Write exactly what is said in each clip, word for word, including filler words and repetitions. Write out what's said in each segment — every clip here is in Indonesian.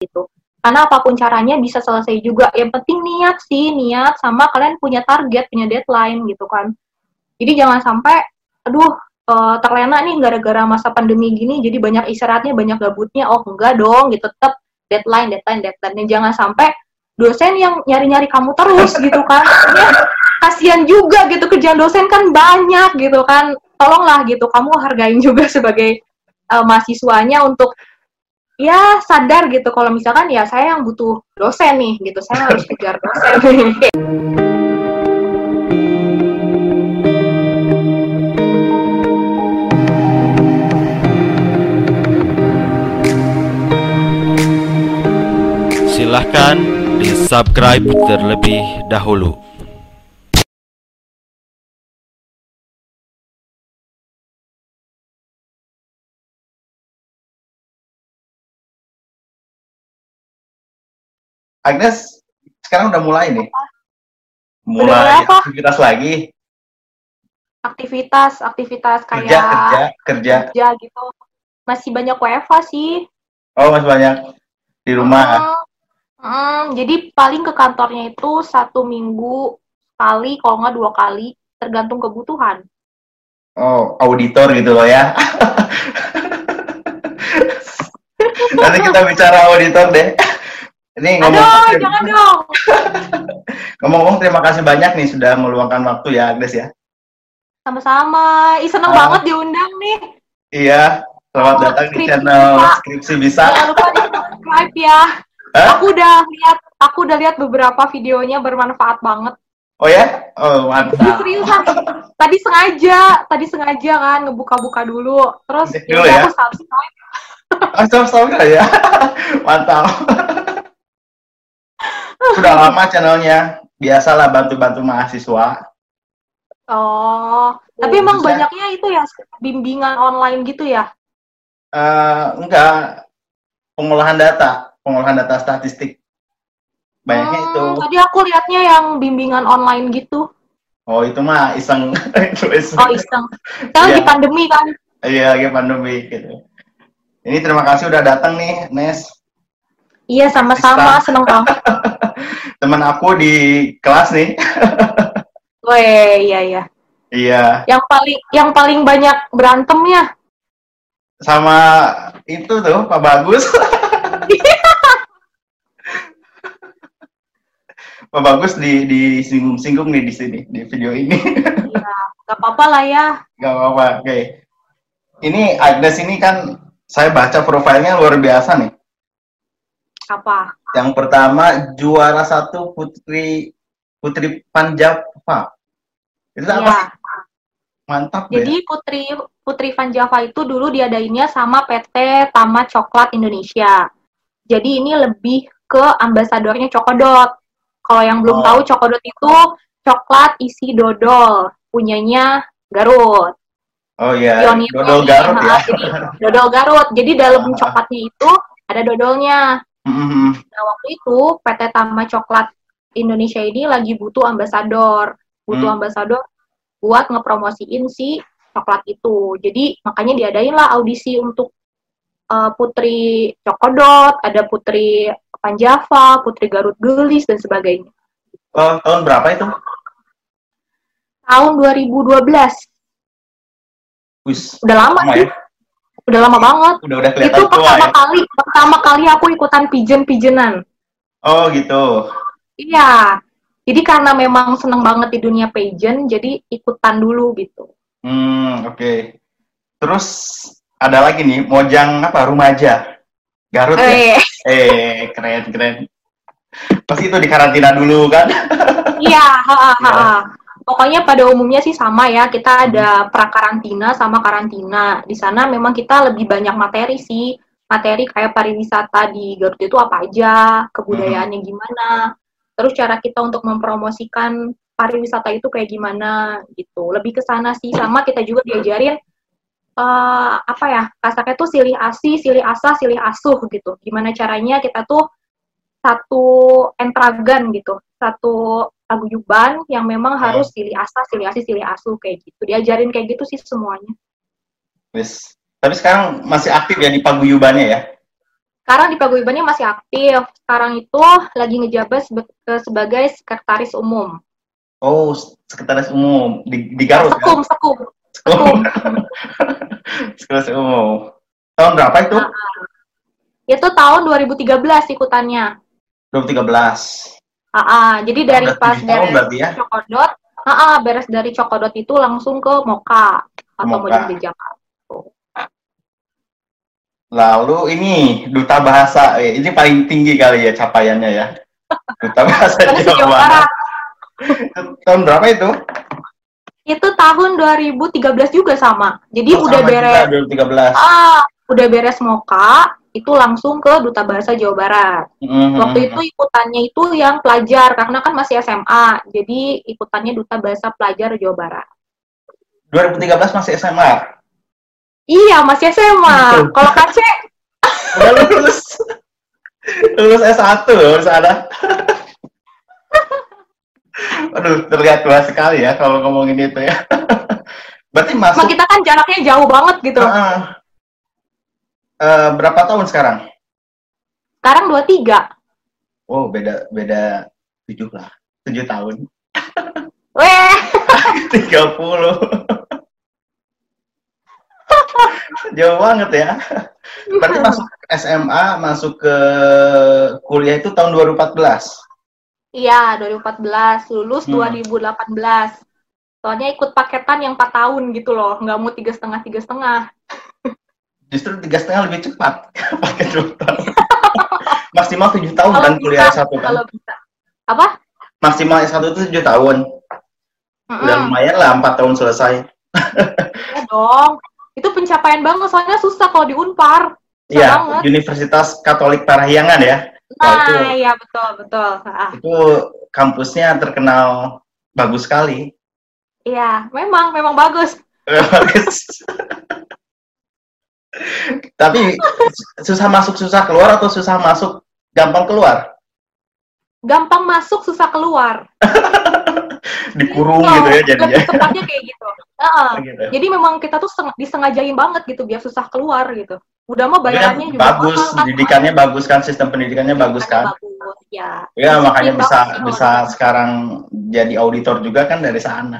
gitu. Karena apapun caranya bisa selesai juga. Yang penting niat sih, niat sama kalian punya target, punya deadline gitu kan. Jadi jangan sampai, aduh, uh, terlena nih gara-gara masa pandemi gini, jadi banyak istirahatnya, banyak gabutnya. Oh enggak dong, gitu. Tetap deadline, deadline, deadline. Dan jangan sampai dosen yang nyari-nyari kamu terus gitu kan. Ya, kasihan juga gitu, kerjaan dosen kan banyak gitu kan. Tolonglah gitu, kamu hargain juga sebagai uh, mahasiswanya untuk ya sadar gitu kalau misalkan ya saya yang butuh dosen nih gitu, saya harus kejar dosen. Silahkan di-subscribe terlebih dahulu. Agnes, sekarang udah mulai nih. Udah mulai Mulai apa? aktivitas lagi. Aktivitas, aktivitas kayak Kerja, kerja, kerja. kerja gitu. Masih banyak W F H sih. Oh, masih banyak di rumah. Hmm, hmm, jadi paling ke kantornya itu satu minggu sekali, kalau nggak dua kali, tergantung kebutuhan. Oh, auditor gitu loh ya. Nanti kita bicara auditor deh. Ini ngomong Aduh, jangan dong. ngomong-ngomong terima kasih banyak nih sudah meluangkan waktu ya Agnes ya. Sama-sama. Ih, seneng Ah. banget diundang nih. Iya, selamat Oh, datang di Skripsi channel Bisa. Skripsi Bisa. Jangan lupa di subscribe ya. Hah? Aku udah lihat, aku udah lihat beberapa videonya bermanfaat banget. Oh ya? Oh, Ih, mantap. seriusan. Tadi sengaja, tadi sengaja kan ngebuka-buka dulu. Terus Cek ya dulu udah ya. aku subscribe. Oh, stop-stop ya. Mantap. Sudah lama channelnya. Biasalah bantu-bantu mahasiswa. Oh, tapi emang khususnya- banyaknya itu ya bimbingan online gitu ya? Eh, enggak, pengolahan data, pengolahan data statistik. Banyaknya Hmm, itu. Tadi aku lihatnya yang bimbingan online gitu. Oh, itu mah iseng. Itu iseng. Oh, iseng. Kita lagi Iya. pandemi kan? Iya, lagi pandemi gitu. Ini terima kasih udah datang nih, Nes. Iya, sama-sama. Bisa. Seneng banget. Teman aku di kelas nih. Weh, iya, iya. Iya, Yang paling yang paling banyak berantemnya. sama itu tuh Pak Bagus. Pak Bagus di disinggung-singgung nih di sini di video ini. Iya, gak apa-apa lah ya. Gak apa-apa. Oke. Ini Agnes ini kan saya baca profilnya luar biasa nih. Apa? Yang pertama juara satu putri putri Panjava. Itu apa Iya. sih? Mantap deh. Jadi Putri Putri Van Java itu dulu diadainnya sama P T Taman Coklat Indonesia. Jadi ini lebih ke ambasadornya Cokodot. Kalau yang belum Oh. tahu, Cokodot itu coklat isi dodol, punyanya Garut. Oh iya, Pionirnya dodol nih, Garut ya. ha, Jadi dodol Garut. Jadi dalam Ah. coklatnya itu ada dodolnya. Mhm. Nah, waktu itu P T Taman Coklat Indonesia ini lagi butuh ambasador. Butuh Hmm. ambasador buat ngepromosiin si coklat itu. Jadi makanya diadain lah audisi untuk uh, Putri Cokodot, ada Putri Panjava, Putri Garut Gelis, dan sebagainya. Oh, tahun berapa itu? Tahun dua ribu dua belas. Wis, Udah lama sih. ya. Udah lama banget. Udah udah kelihatan Itu tua pertama ya. kali, pertama kali aku ikutan pigeon-pigeonan. Oh gitu. Iya. Jadi karena memang seneng banget di dunia pageant, jadi ikutan dulu gitu. Hmm, oke. Terus ada lagi nih, Mojang apa? Rumaja. Garut ya. Eh, Eh, keren keren. Pasti itu di karantina dulu kan? iya, ha, ha, ha. Pokoknya pada umumnya sih sama ya, kita ada prakarantina sama karantina. Di sana memang kita lebih banyak materi sih, materi kayak pariwisata di Garut itu apa aja, kebudayaannya gimana, terus cara kita untuk mempromosikan pariwisata itu kayak gimana gitu. Lebih ke sana sih, sama kita juga diajarin uh, apa ya, kasarnya tuh silih asih, silih asah, silih asuh gitu. Gimana caranya kita tuh satu entragan gitu, satu paguyuban yang memang harus silih asah, silih asih, silih asuh kayak gitu. Diajarin kayak gitu sih semuanya. Wis. Tapi sekarang masih aktif ya di paguyubannya ya? Sekarang di paguyubannya masih aktif. Sekarang itu lagi ngejabat sebe- sebagai sekretaris umum. Oh, sekretaris umum di, di Ya, Garut sekum, kan? sekum, Oh, sekum. sekretaris umum. Tahun berapa itu? Nah, itu tahun dua ribu tiga belas ikutannya. dua ribu tiga belas. Ah, ah. Jadi Oh, dari udah pas tujuh tahun beres berarti ya? Cokodot, ah, ah, beres dari Cokodot itu langsung ke Moka atau Moka. Mojang Jakarta. Lalu ini duta bahasa, eh, ini paling tinggi kali ya capaiannya ya. Duta bahasa Karena Jawa sejauh Barat. Barat. Tahun berapa itu? Itu tahun dua ribu tiga belas juga sama. Jadi Oh, udah sama juga, beres, dua ribu tiga belas. ah, udah beres Moka, itu langsung ke Duta Bahasa Jawa Barat. Mhm. Waktu itu ikutannya itu yang pelajar, karena kan masih S M A, jadi ikutannya Duta Bahasa Pelajar Jawa Barat. dua ribu tiga belas masih S M A? Iya, masih S M A. Gitu. Kalau K C, Udah lulus. Lulus S satu loh di sana. Aduh, terlihat tua sekali ya kalau ngomongin itu ya. Berarti emang masuk kita kan jaraknya jauh banget gitu. Heeh. Eh, berapa tahun sekarang? Sekarang dua puluh tiga. Oh, beda beda tujuh lah. tujuh tahun. Weh, tiga puluh. Jauh banget ya. Berarti masuk S M A, masuk ke kuliah itu tahun dua ribu empat belas. iya, dua ribu empat belas, lulus Hmm. dua ribu delapan belas. Soalnya ikut paketan yang empat tahun gitu loh, nggak mau tiga setengah tiga setengah. Justru tiga setengah lebih cepat pakai dua tahun. Maksimal tujuh tahun Kalau kan bisa, kuliah S satu kan. kalau bisa. Apa? Maksimal S satu itu tujuh tahun. Udah Mm-mm. lumayan lah empat tahun selesai. Ya dong. Itu pencapaian banget, soalnya susah kalau di Unpar. Susah Iya, banget. Universitas Katolik Parahyangan ya. Wah, Nah, itu iya betul, betul. Ah, itu kampusnya terkenal bagus sekali. iya, memang, memang bagus. Bagus. Tapi susah masuk susah keluar atau susah masuk gampang keluar? Gampang masuk, susah keluar. Dikurung Oh, gitu ya jadinya. lebih tepatnya kayak gitu. Heeh. Gitu. Jadi memang kita tuh seng- disengajain banget gitu biar susah keluar gitu. Udah mau Tapi kan bayarannya juga bagus, mahal kan. didikannya bagus kan, sistem pendidikannya bagus kan. Bagus, ya. Ya makanya Disiplin bisa banget sih kalau bisa di sana. sekarang jadi auditor juga kan dari sana.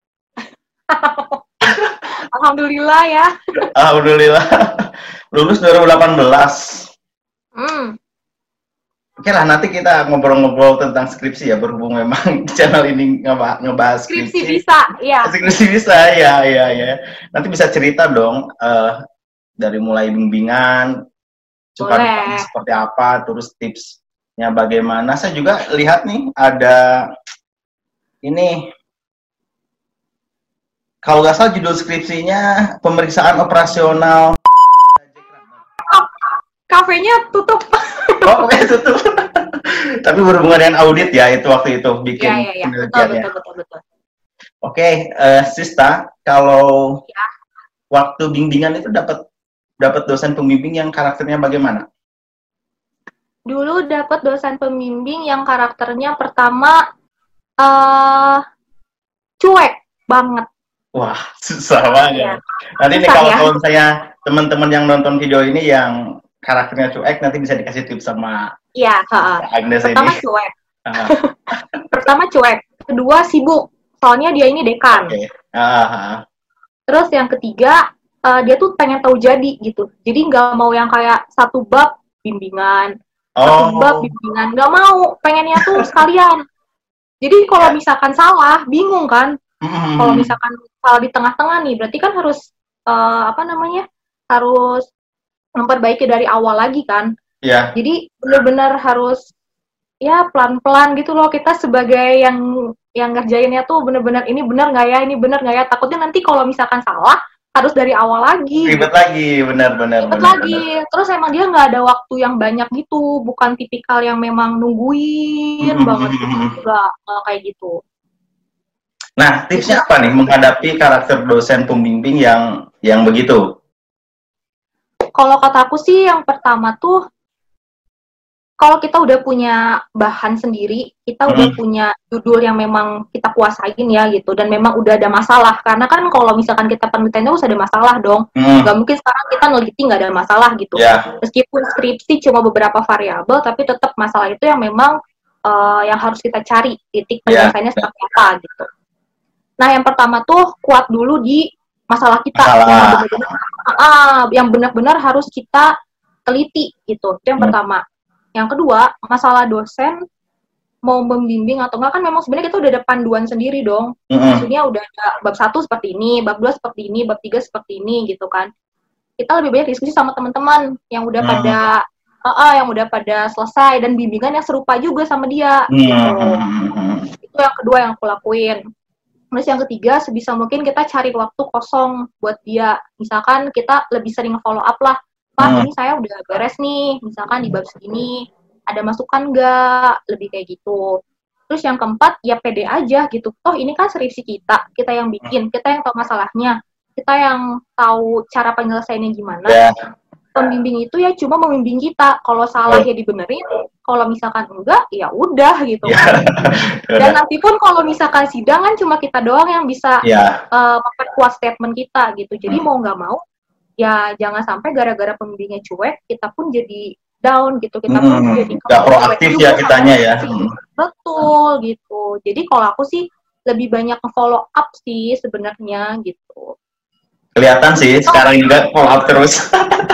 Alhamdulillah ya. Alhamdulillah. Lulus dua ribu delapan belas. Hmm. Oke lah, nanti kita ngobrol-ngobrol tentang skripsi ya, berhubung memang channel ini ngeba- ngebahas Skripsi skripsi. bisa, ya. Skripsi bisa, ya, ya, ya. Nanti bisa cerita dong, eh, dari mulai bimbingan, suka Boleh. dukanya seperti apa, terus tipsnya bagaimana. Saya juga lihat nih, ada ini, kalau nggak salah judul skripsinya, pemeriksaan operasional. Kafenya tutup. Oh, itu tuh. Tapi berhubungan dengan audit ya, itu waktu itu bikin Iya, iya, iya. Betul, penelitiannya. betul, betul, betul. Oke, eh, Sista, kalau Ya. waktu bimbingan itu dapat dapat dosen pembimbing yang karakternya bagaimana? Dulu dapat dosen pembimbing yang karakternya pertama eh cuek banget. Wah, susah banget. Ya. Nanti nih Susah kalau ya. kalau misalnya teman-teman yang nonton video ini yang karakternya cuek, nanti bisa dikasih tips sama Iya, heeh. Agnes Pertama ini. cuek. Ah, Pertama cuek. Kedua sibuk. Soalnya dia ini dekan. Oke. Ah, ah. Terus yang ketiga, eh, dia tuh pengen tahu jadi gitu. Jadi nggak mau yang kayak satu bab bimbingan, satu bab Oh, bimbingan. Nggak mau. Pengennya tuh sekalian. Jadi kalau misalkan salah, bingung kan? mm, Kalau misalkan salah di tengah-tengah nih, berarti kan harus eh, apa namanya? Harus memperbaiki dari awal lagi kan. ya, Jadi benar-benar harus ya pelan-pelan gitu loh, kita sebagai yang yang ngerjainnya tuh bener-bener ini bener nggak ya, ini bener nggak ya, takutnya nanti kalau misalkan salah harus dari awal lagi. ribet lagi, benar-benar. Ribet lagi. Terus emang dia nggak ada waktu yang banyak gitu, bukan tipikal yang memang nungguin Mm-mm. banget gitu, nggak nggak kayak gitu. Nah, tipsnya apa nih menghadapi karakter dosen pembimbing yang yang begitu? Kalau kata aku sih yang pertama tuh kalau kita udah punya bahan sendiri, kita Hmm. udah punya judul yang memang kita kuasain ya gitu, dan memang udah ada masalah. Karena kan kalau misalkan kita penelitiannya harus ada masalah dong. Hmm. Nggak mungkin sekarang kita neliti nggak ada masalah gitu. Ya. Meskipun skripsi cuma beberapa variabel, tapi tetap masalah itu yang memang uh, yang harus kita cari titik Ya. penyelesaiannya seperti apa gitu. Nah, yang pertama tuh kuat dulu di masalah kita Masalah. yang benar-benar ah, yang benar-benar harus kita teliti gitu. Itu yang Hmm. pertama. Yang kedua, masalah dosen mau membimbing atau enggak kan memang sebenarnya kita udah ada panduan sendiri dong. Hmm. Maksudnya udah ada bab satu seperti ini, bab dua seperti ini, bab tiga seperti ini gitu kan. Kita lebih banyak diskusi sama teman-teman yang udah Hmm. pada uh, uh, yang udah pada selesai dan bimbingan yang serupa juga sama dia gitu. Hmm. Itu yang kedua yang aku lakuin. Terus yang ketiga, sebisa mungkin kita cari waktu kosong buat dia. Misalkan kita lebih sering follow up lah. Pak, Hmm. ini saya udah beres nih. Misalkan di bab segini, ada masukan nggak? Lebih kayak gitu. Terus yang keempat, ya pede aja gitu. Toh ini kan skripsi kita. Kita yang bikin. Kita yang tahu masalahnya. Kita yang tahu cara penyelesaiannya gimana. Ya. Pembimbing itu ya cuma membimbing kita. Kalau salah ya dibenerin. Kalau misalkan enggak, ya udah gitu Ya. kan. Dan nanti pun kalau misalkan sidang kan cuma kita doang yang bisa Ya. uh, memperkuat statement kita gitu. Jadi Hmm. mau nggak mau, ya jangan sampai gara-gara pembimbingnya cuek, kita pun jadi down gitu. Kita pun Hmm. jadi Nggak proaktif cuek ya juga kitanya sama ya. skripsi. Hmm. Betul gitu. Jadi kalau aku sih lebih banyak follow up sih sebenarnya gitu. Kelihatan sih sekarang juga follow up terus.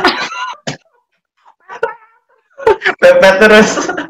Pepet terus.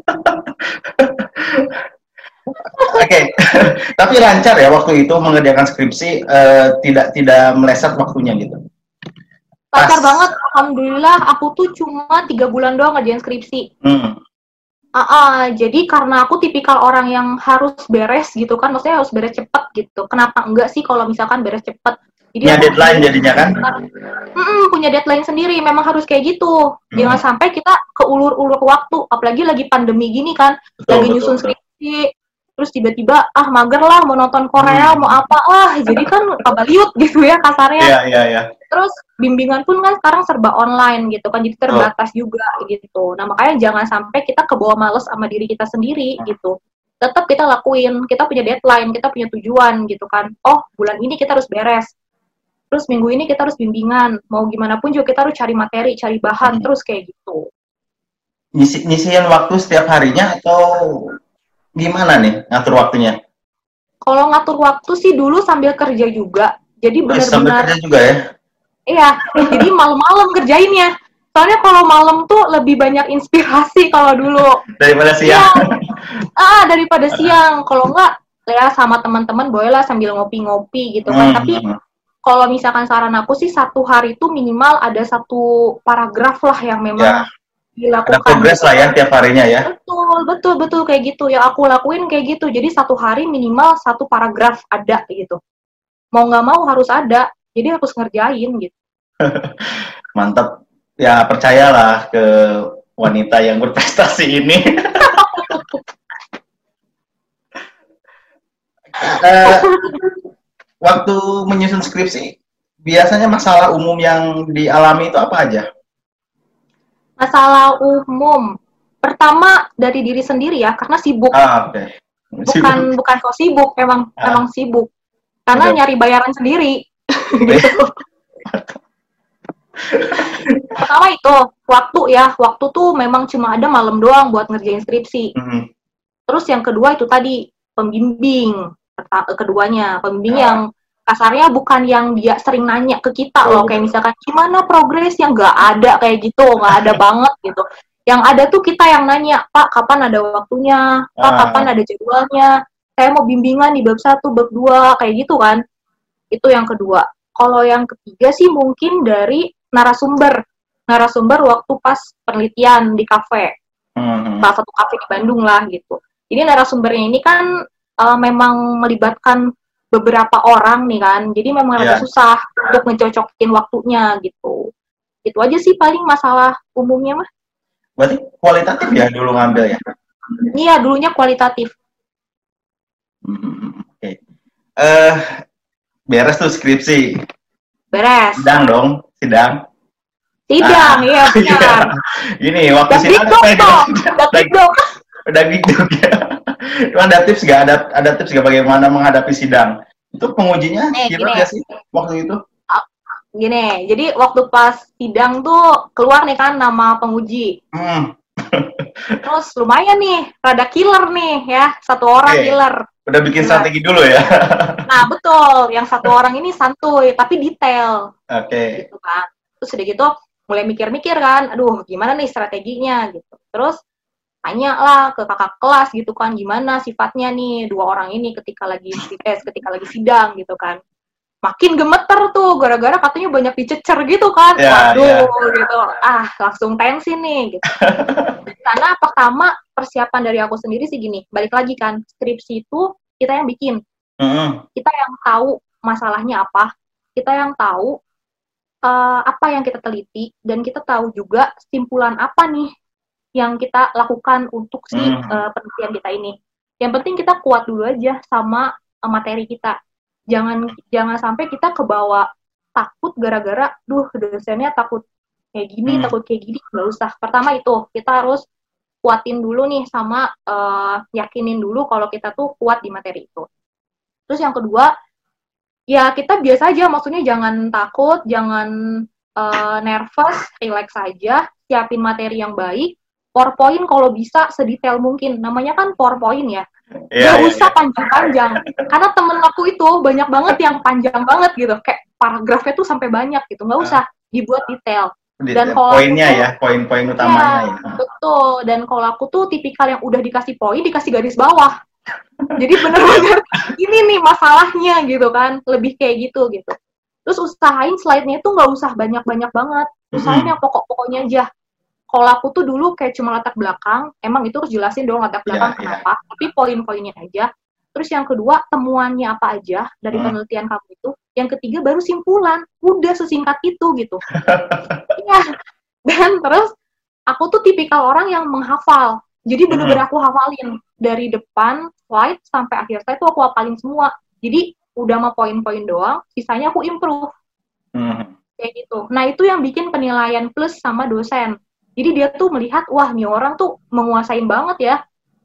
Oke, tapi lancar ya waktu itu mengerjakan skripsi, eh, tidak tidak meleset waktunya gitu. Lancar Pas. banget, alhamdulillah. Aku tuh cuma tiga bulan doang ngerjain skripsi. Hmm. Ah, ah, jadi karena aku tipikal orang yang harus beres gitu kan, maksudnya harus beres cepet gitu. Kenapa enggak sih kalau misalkan beres cepet? Jadi Punya aku deadline jadinya kan? Mm-mm, punya deadline sendiri, memang harus kayak gitu. Hmm. Jangan sampai kita keulur-ulur waktu, apalagi lagi pandemi gini kan, Betul, lagi betul, nyusun betul. skripsi, terus tiba-tiba ah mager lah mau nonton Korea, Hmm. mau apa ah, jadi kan kabaliut gitu ya kasarnya. Iya, iya, iya. Terus bimbingan pun kan sekarang serba online gitu kan, jadi terbatas juga gitu. Nah makanya jangan sampai kita kebawa males sama diri kita sendiri gitu. Tetap kita lakuin, kita punya deadline, kita punya tujuan gitu kan. Oh bulan ini kita harus beres. Terus minggu ini kita harus bimbingan. Mau gimana pun juga kita harus cari materi, cari bahan, Hmm. terus kayak gitu. Nyisi, nyisihin waktu setiap harinya atau gimana nih ngatur waktunya? Kalau ngatur waktu sih dulu sambil kerja juga. Jadi Masih sambil benar-benar kerja juga ya? iya, jadi malam-malam kerjainnya. Soalnya kalau malam tuh lebih banyak inspirasi kalau dulu. Daripada Iya. siang? Ah, daripada siang. Kalau enggak, ya sama teman-teman bolehlah sambil ngopi-ngopi gitu kan. Hmm. Tapi kalau misalkan saran aku sih satu hari itu minimal ada satu paragraf lah yang memang Ya. dilakukan. Ada progres lah ya tiap harinya ya? Betul, betul, betul kayak gitu. Yang aku lakuin kayak gitu. Jadi satu hari minimal satu paragraf ada gitu. Mau nggak mau harus ada. Jadi harus ngerjain gitu. Mantap. Ya percayalah ke wanita yang berprestasi ini. Eh, waktu menyusun skripsi, biasanya masalah umum yang dialami itu apa aja? Masalah umum. Pertama dari diri sendiri ya, karena sibuk. Ah, oke. Bukan bukan kok sibuk, emang Ah. emang sibuk. Karena Betul. nyari bayaran sendiri. Gitu. Pertama itu waktu ya, waktu tuh memang cuma ada malam doang buat ngerjain skripsi. Mhm. Terus yang kedua itu tadi pembimbing. Perta- keduanya pembimbing Ya. yang kasarnya bukan yang dia sering nanya ke kita Betul, loh, betul. kayak misalkan gimana progres, yang nggak ada kayak gitu, nggak ada banget gitu. Yang ada tuh kita yang nanya, Pak kapan ada waktunya, Pak Ah. kapan ada jadwalnya, saya mau bimbingan di bab satu, bab dua, kayak gitu kan. Itu yang kedua. Kalau yang ketiga sih mungkin dari narasumber. Narasumber waktu pas penelitian di kafe. Mhm. Salah satu kafe di Bandung lah gitu. Jadi narasumbernya ini kan uh, memang melibatkan beberapa orang nih kan. Jadi memang Iya. agak susah untuk ngecocokin waktunya gitu. Itu aja sih paling masalah umumnya mah. Berarti kualitatif ya dulu ngambil ya? Iya, dulunya kualitatif. Mhm. Oke. Eh, beres tuh skripsi. Beres. Sidang dong, sidang. Sidang, iya benar. Ini waktu Dan sidang dikdok apa ya? dong, dan dikdok. Udah gitu ya. Itu ada tips nggak? Ada ada tips nggak bagaimana menghadapi sidang? Itu pengujinya Nih, gimana gini. nggak sih waktu itu? Gini, jadi waktu pas sidang tuh keluar nih kan nama penguji. Hmm. Terus lumayan nih, rada killer nih ya, satu orang Oke. killer. Udah bikin Killer. strategi dulu ya. Nah betul, yang satu orang ini santuy tapi detail, Oke. gitu kan. Terus udah gitu mulai mikir-mikir kan, aduh gimana nih strateginya gitu. Terus tanya lah ke kakak kelas gitu kan, gimana sifatnya nih dua orang ini ketika lagi tes, ketika lagi sidang gitu kan. Makin gemeter tuh, gara-gara katanya banyak dicecer gitu kan. Ya, Waduh, ya. gitu. Ah, langsung tensi nih, gitu. Karena pertama, persiapan dari aku sendiri sih gini, balik lagi kan, skripsi itu kita yang bikin. Mm-mm. Kita yang tahu masalahnya apa, kita yang tahu uh, apa yang kita teliti, dan kita tahu juga simpulan apa nih yang kita lakukan untuk si Mm. uh, penelitian kita ini. Yang penting kita kuat dulu aja sama uh, materi kita. Jangan jangan sampai kita kebawa takut gara-gara, duh dosennya takut kayak gini, Hmm. takut kayak gini, nggak usah. Pertama itu, kita harus kuatin dulu nih sama uh, yakinin dulu kalau kita tuh kuat di materi itu. Terus yang kedua, ya kita biasa aja, maksudnya jangan takut, jangan uh, nervous, relax aja, siapin materi yang baik, PowerPoint kalau bisa sedetail mungkin, namanya kan PowerPoint ya. Iya, Gak iya, usah iya. panjang-panjang, karena temen aku itu banyak banget yang panjang banget gitu, kayak paragrafnya tuh sampai banyak gitu, nggak usah dibuat detail. Di- Dan kalau poinnya aku- ya, poin-poin utamanya ya. Betul, dan kalau aku tuh tipikal yang udah dikasih poin, dikasih garis bawah. Jadi bener-bener ini nih masalahnya gitu kan, lebih kayak gitu gitu. Terus usahain slide-nya itu nggak usah banyak-banyak banget, usahain Mm-mm. yang pokok-pokoknya aja. Kalau aku tuh dulu kayak cuma latar belakang, emang itu harus jelasin dong latar belakang Iya, kenapa, tapi poin-poinnya aja. Terus yang kedua, temuannya apa aja dari Hmm. penelitian kamu itu. Yang ketiga baru simpulan, udah sesingkat itu gitu. Iya. Dan terus aku tuh tipikal orang yang menghafal. Jadi bener-bener aku hafalin dari depan slide sampai akhir slide tuh aku hafalin semua. Jadi udah mah poin-poin doang, sisanya aku improve Hmm. kayak gitu. Nah itu yang bikin penilaian plus sama dosen. Jadi dia tuh melihat, wah nih orang tuh menguasain banget ya.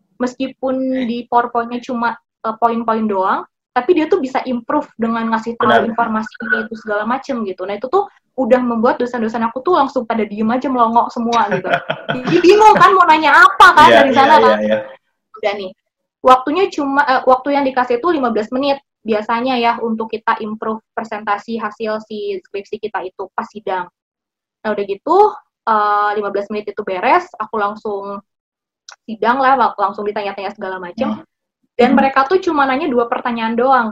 Meskipun di PowerPoint-nya cuma uh, poin-poin doang, tapi dia tuh bisa improve dengan ngasih tahu Benar. informasi ini itu segala macem gitu. Nah itu tuh udah membuat dosen-dosen aku tuh langsung pada diem aja melongok semua gitu. Jadi bingung kan mau nanya apa kan Iya, dari iya, sana iya, kan. iya. Udah nih, waktunya cuma uh, waktu yang dikasih itu lima belas menit biasanya ya untuk kita improve presentasi hasil si skripsi kita itu pas sidang. Nah udah gitu, uh, lima belas menit itu beres, aku langsung sidang lah, lang- langsung ditanya-tanya segala macam. Hmm. Dan mereka tuh cuma nanya dua pertanyaan doang.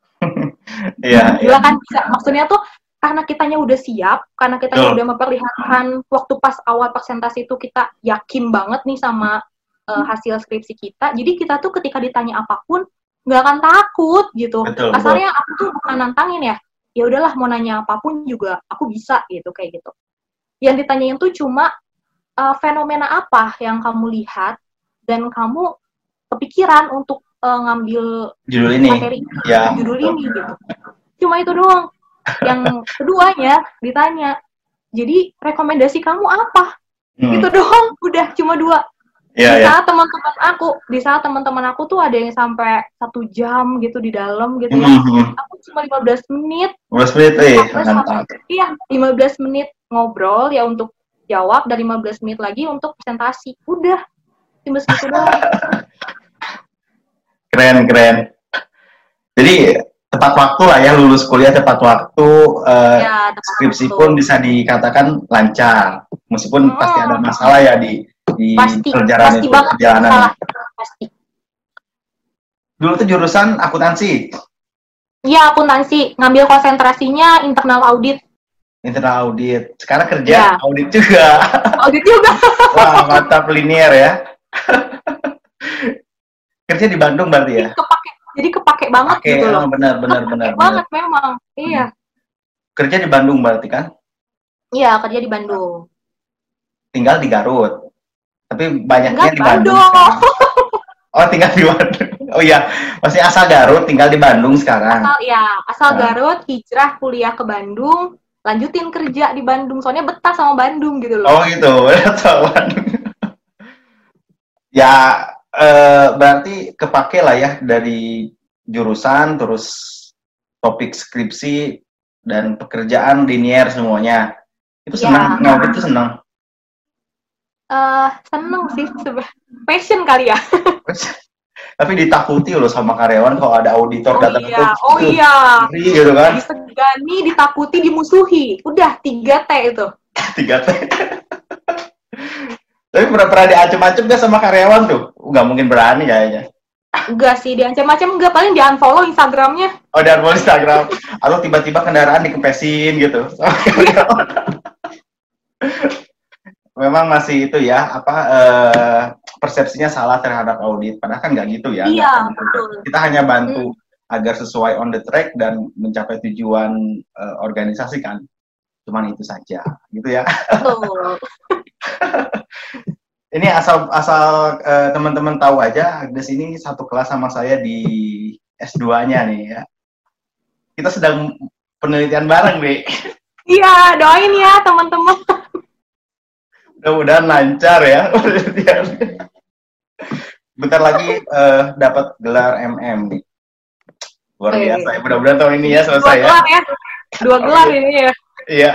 Iya, Gila iya. kan bisa, maksudnya tuh karena kitanya udah siap, karena kitanya Betul. udah memperlihatkan waktu pas awal presentasi itu kita yakin banget nih sama uh, hasil skripsi kita. Jadi kita tuh ketika ditanya apapun nggak akan takut gitu. Betul, Kasarnya aku tuh bukan nantangin ya. Ya udahlah mau nanya apapun juga aku bisa gitu kayak gitu. Yang ditanyain tuh cuma uh, fenomena apa yang kamu lihat dan kamu kepikiran untuk uh, ngambil Judul ini. materi Ya. judul ini gitu. Cuma itu doang. Yang keduanya ditanya, jadi rekomendasi kamu apa? Hmm. Itu doang, udah cuma dua. Iya, Di iya. saat teman-teman aku, di saat teman-teman aku tuh ada yang sampai satu jam gitu di dalam gitu ya. Hmm. Aku cuma lima belas menit, lima belas menit, eh, Terus mantap. iya lima belas menit ngobrol ya untuk jawab dan lima belas menit lagi untuk presentasi. Udah, cuma segitu doang. Keren, keren. Jadi tepat waktu lah ya, lulus kuliah tepat waktu, eh, Ya, tepat skripsi waktu. pun bisa dikatakan lancar, meskipun Hmm. pasti ada masalah ya di di Pasti, perjalanan pasti itu, banget perjalanan. salah. Pasti. Dulu tuh jurusan akuntansi, Iya, akuntansi. Ngambil konsentrasinya internal audit. internal audit. Sekarang Ya. kerja audit juga. Audit juga. Wah, mantap, linear ya. Kerja di Bandung berarti ya? Kepake, jadi kepake banget Oke, gitu loh. oh, benar, benar, Kepake benar, benar. banget memang. Iya. Kerja di Bandung berarti kan? Iya, kerja di Bandung. Tinggal di Garut. Tapi banyaknya Tinggal di di Bandung. Bandung. sekarang. Oh, tinggal di Bandung. Oh iya, masih asal Garut, tinggal di Bandung sekarang. Asal ya, asal Nah. Garut, hijrah kuliah ke Bandung, lanjutin kerja di Bandung, soalnya betah sama Bandung gitu loh. Oh gitu, tahuan. Ya eh, berarti kepake lah ya dari jurusan, terus topik skripsi dan pekerjaan linear semuanya. Itu senang, Ya. ngaudit itu senang. Eh seneng sih, sebe- passion kali ya. Tapi ditakuti loh sama karyawan kalau ada auditor Oh datang iya, itu, oh itu iya. ngeri gitu kan. Disegani, ditakuti, dimusuhi. Udah tiga T itu. Tiga T. Tapi pernah pernah diancam-ancam gak sama karyawan tuh? Nggak mungkin berani kayaknya. Enggak sih, diancam-ancam enggak, paling di-unfollow Instagramnya. Oh, dari follow Instagram. Atau tiba-tiba kendaraan dikempesin gitu. Memang masih itu ya, apa eh, persepsinya salah terhadap audit. Padahal kan nggak gitu ya. Iya, nggak gitu. betul. Kita hanya bantu hmm. agar sesuai on the track dan mencapai tujuan eh, organisasi kan. Cuman itu saja, gitu ya. Betul. Ini asal asal uh, teman-teman tahu aja, Agnes ini satu kelas sama saya di S dua-nya nih ya. Kita sedang penelitian bareng nih. Iya, doain ya teman-teman. Mudah-mudahan lancar ya penelitian. Bentar lagi uh, dapat gelar M M nih. Luar biasa ya. Mudah-mudahan tahun ini ya selesai ya. Dua gelar ya. Dua gelar oh, ini ya. Iya.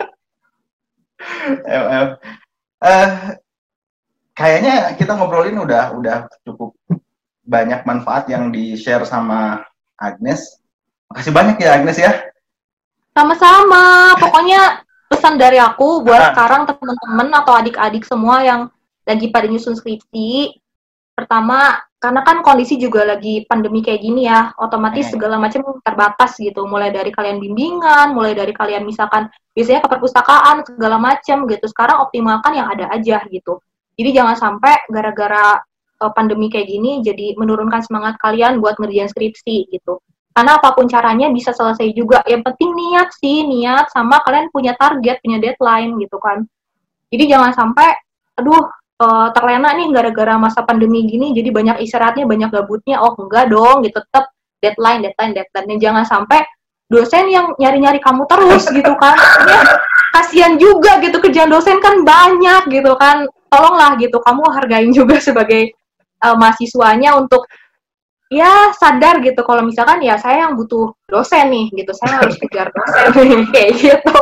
M M. Uh, Kayaknya kita ngobrolin udah udah cukup banyak manfaat yang di-share sama Agnes. Makasih banyak ya Agnes ya. Sama-sama. Pokoknya pesan dari aku buat ah. sekarang teman-teman atau adik-adik semua yang lagi pada nyusun skripsi. Pertama, karena kan kondisi juga lagi pandemi kayak gini ya, otomatis hmm. segala macam terbatas gitu. Mulai dari kalian bimbingan, mulai dari kalian misalkan biasanya ke perpustakaan segala macam gitu. Sekarang optimalkan yang ada aja gitu. Jadi jangan sampai gara-gara uh, pandemi kayak gini jadi menurunkan semangat kalian buat ngerjain skripsi gitu. Karena apapun caranya bisa selesai juga. Yang penting niat sih, niat sama kalian punya target, punya deadline gitu kan. Jadi jangan sampai, aduh uh, terlena nih gara-gara masa pandemi gini jadi banyak istirahatnya, banyak gabutnya. Oh enggak dong, gitu tetap deadline, deadline, deadline. Dan jangan sampai dosen yang nyari-nyari kamu terus gitu kan. Ya, kasihan juga gitu, kerjaan dosen kan banyak gitu kan. Tolonglah gitu, kamu hargain juga sebagai uh, mahasiswanya untuk ya sadar gitu kalau misalkan ya saya yang butuh dosen nih gitu, saya harus kejar dosen nih kayak gitu.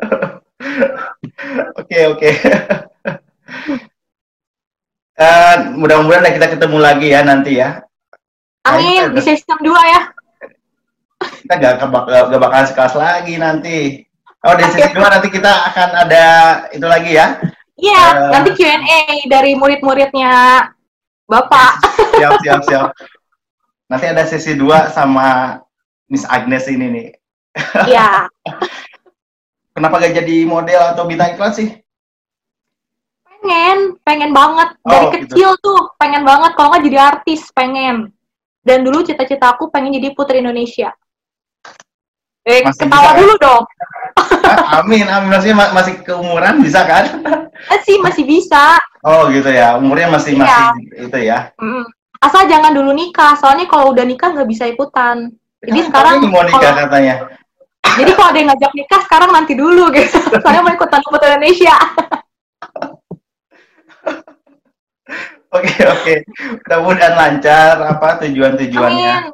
Oke oke. Uh, mudah-mudahan kita ketemu lagi ya nanti ya. Amin, di sistem dua ya. Kita gak, gak, gak bakal sekelas lagi nanti. Oh di sesi dua nanti kita akan ada itu lagi ya. Iya, yeah, uh, nanti Q and A dari murid-muridnya Bapak. Siap, siap, siap. Nanti ada sesi dua sama Miss Agnes ini nih. Iya. Kenapa gak jadi model atau bintang iklan sih? Pengen, pengen banget. Dari oh, kecil gitu. Tuh, pengen banget. Kalau nggak jadi artis, pengen. Dan dulu cita-cita aku pengen jadi Putri Indonesia. Eh, masih ketawa bisa, dulu kan? Dong. Amin, amin. Maksudnya masih keumuran bisa kan? Masih, masih bisa. Oh gitu ya, umurnya masih iya. masih itu ya. Mm. Asal jangan dulu nikah, soalnya kalau udah nikah nggak bisa ikutan. Jadi nah, sekarang mau nikah kalau, katanya. Jadi kalau ada yang ngajak nikah sekarang nanti dulu gitu. Soalnya mau ikutan Putri Indonesia. Oke oke, mudah-mudahan lancar apa tujuan-tujuannya.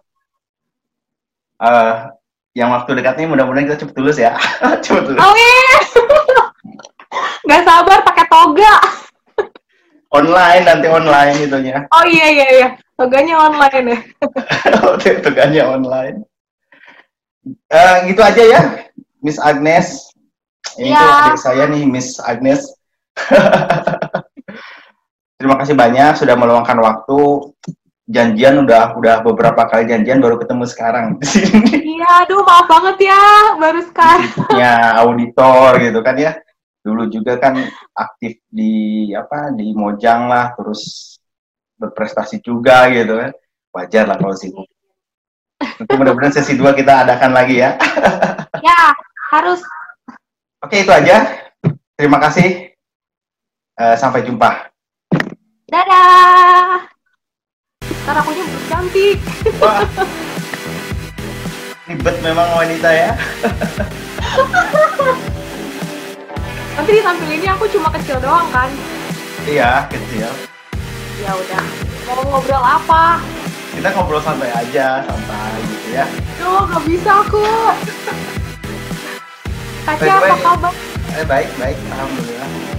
Uh, yang waktu dekat ini mudah-mudahan kita cepet lulus ya. Cepet lulus. Amin. Gak sabar pakai toga. Online nanti online itunya. Oh iya iya iya, toganya online ya. Toganya online. Uh, gitu aja ya, Miss Agnes. Ini ya. Tuh adik saya nih, Miss Agnes. Terima kasih banyak sudah meluangkan waktu. Janjian udah udah beberapa kali janjian baru ketemu sekarang di sini. Iya, aduh maaf banget ya, baru sekarang. Ya auditor gitu kan ya. Dulu juga kan aktif di apa di Mojang lah, terus berprestasi juga gitu kan. Wajar lah kalau sibuk. Nanti mudah-mudahan sesi dua kita adakan lagi ya. Ya, harus. Oke, itu aja. Terima kasih. Uh, sampai jumpa. Dadah. Ntar akunya belum cantik. Wah. Ribet memang wanita ya. Nanti ditampilinnya aku cuma kecil doang kan? Iya, kecil. Ya udah. Mau ngobrol apa? Kita ngobrol santai aja, santai gitu ya. Duh, nggak bisa aku. Kaca By the way, apa kabar? Eh, baik, baik, alhamdulillah.